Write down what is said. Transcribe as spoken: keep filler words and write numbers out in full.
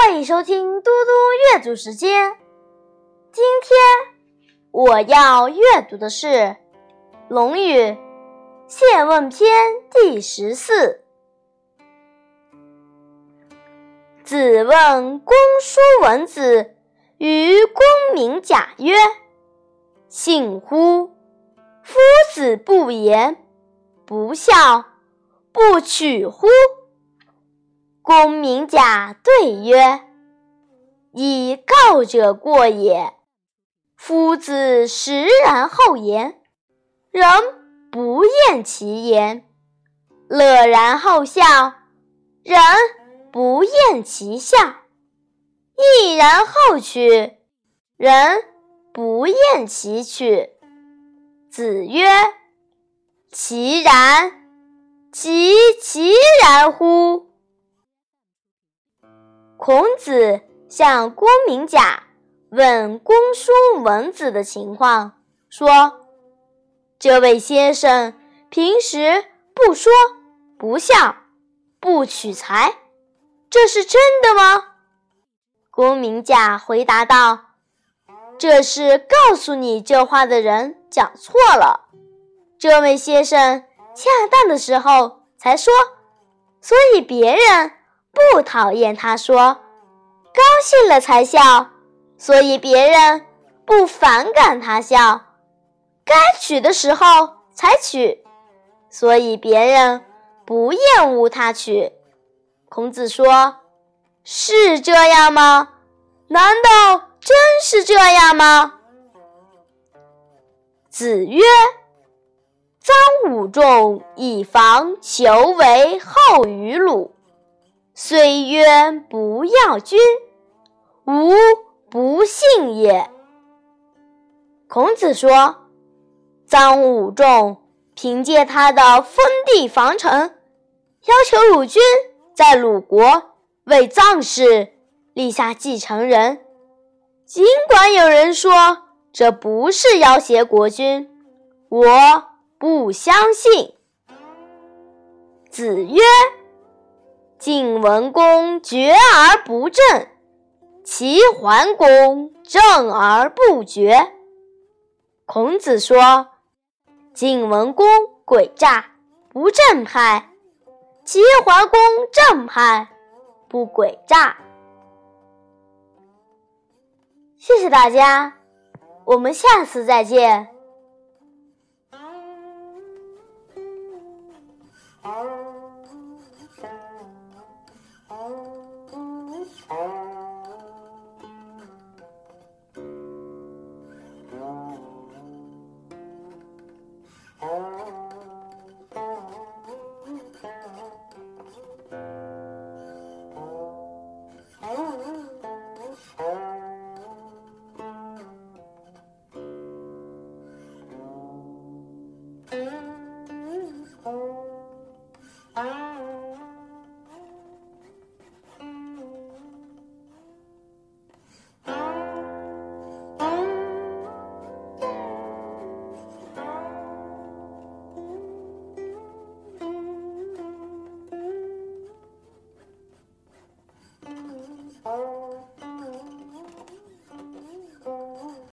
欢迎收听嘟嘟阅读时间。今天我要阅读的是《论语·谢问篇》第十四。子问公叔文子于公明贾曰：信乎？夫子不言，不孝，不取乎？公明贾对曰：以告者过也。夫子实然后言，人不厌其言；乐然后笑，人不厌其笑；毅然后取，人不厌其取。子曰：其然，其其然乎？孔子向公明贾问公叔文子的情况，说：这位先生平时不说，不笑，不取财，这是真的吗？公明贾回答道：这是告诉你这话的人讲错了，这位先生恰当的时候才说，所以别人不讨厌他说，高兴了才笑，所以别人不反感他笑，该取的时候才取，所以别人不厌恶他取。孔子说：是这样吗？难道真是这样吗？子曰：臧武仲以防求为后于鲁，虽曰不要君，吾不信也。孔子说，臧武仲凭借他的封地防城，要求鲁军在鲁国为臧氏立下继承人，尽管有人说这不是要挟国君，我不相信。子曰：晋文公决而不正，齐桓公正而不决。孔子说，晋文公诡诈，不正派；齐桓公正派，不诡诈。谢谢大家，我们下次再见。 All right.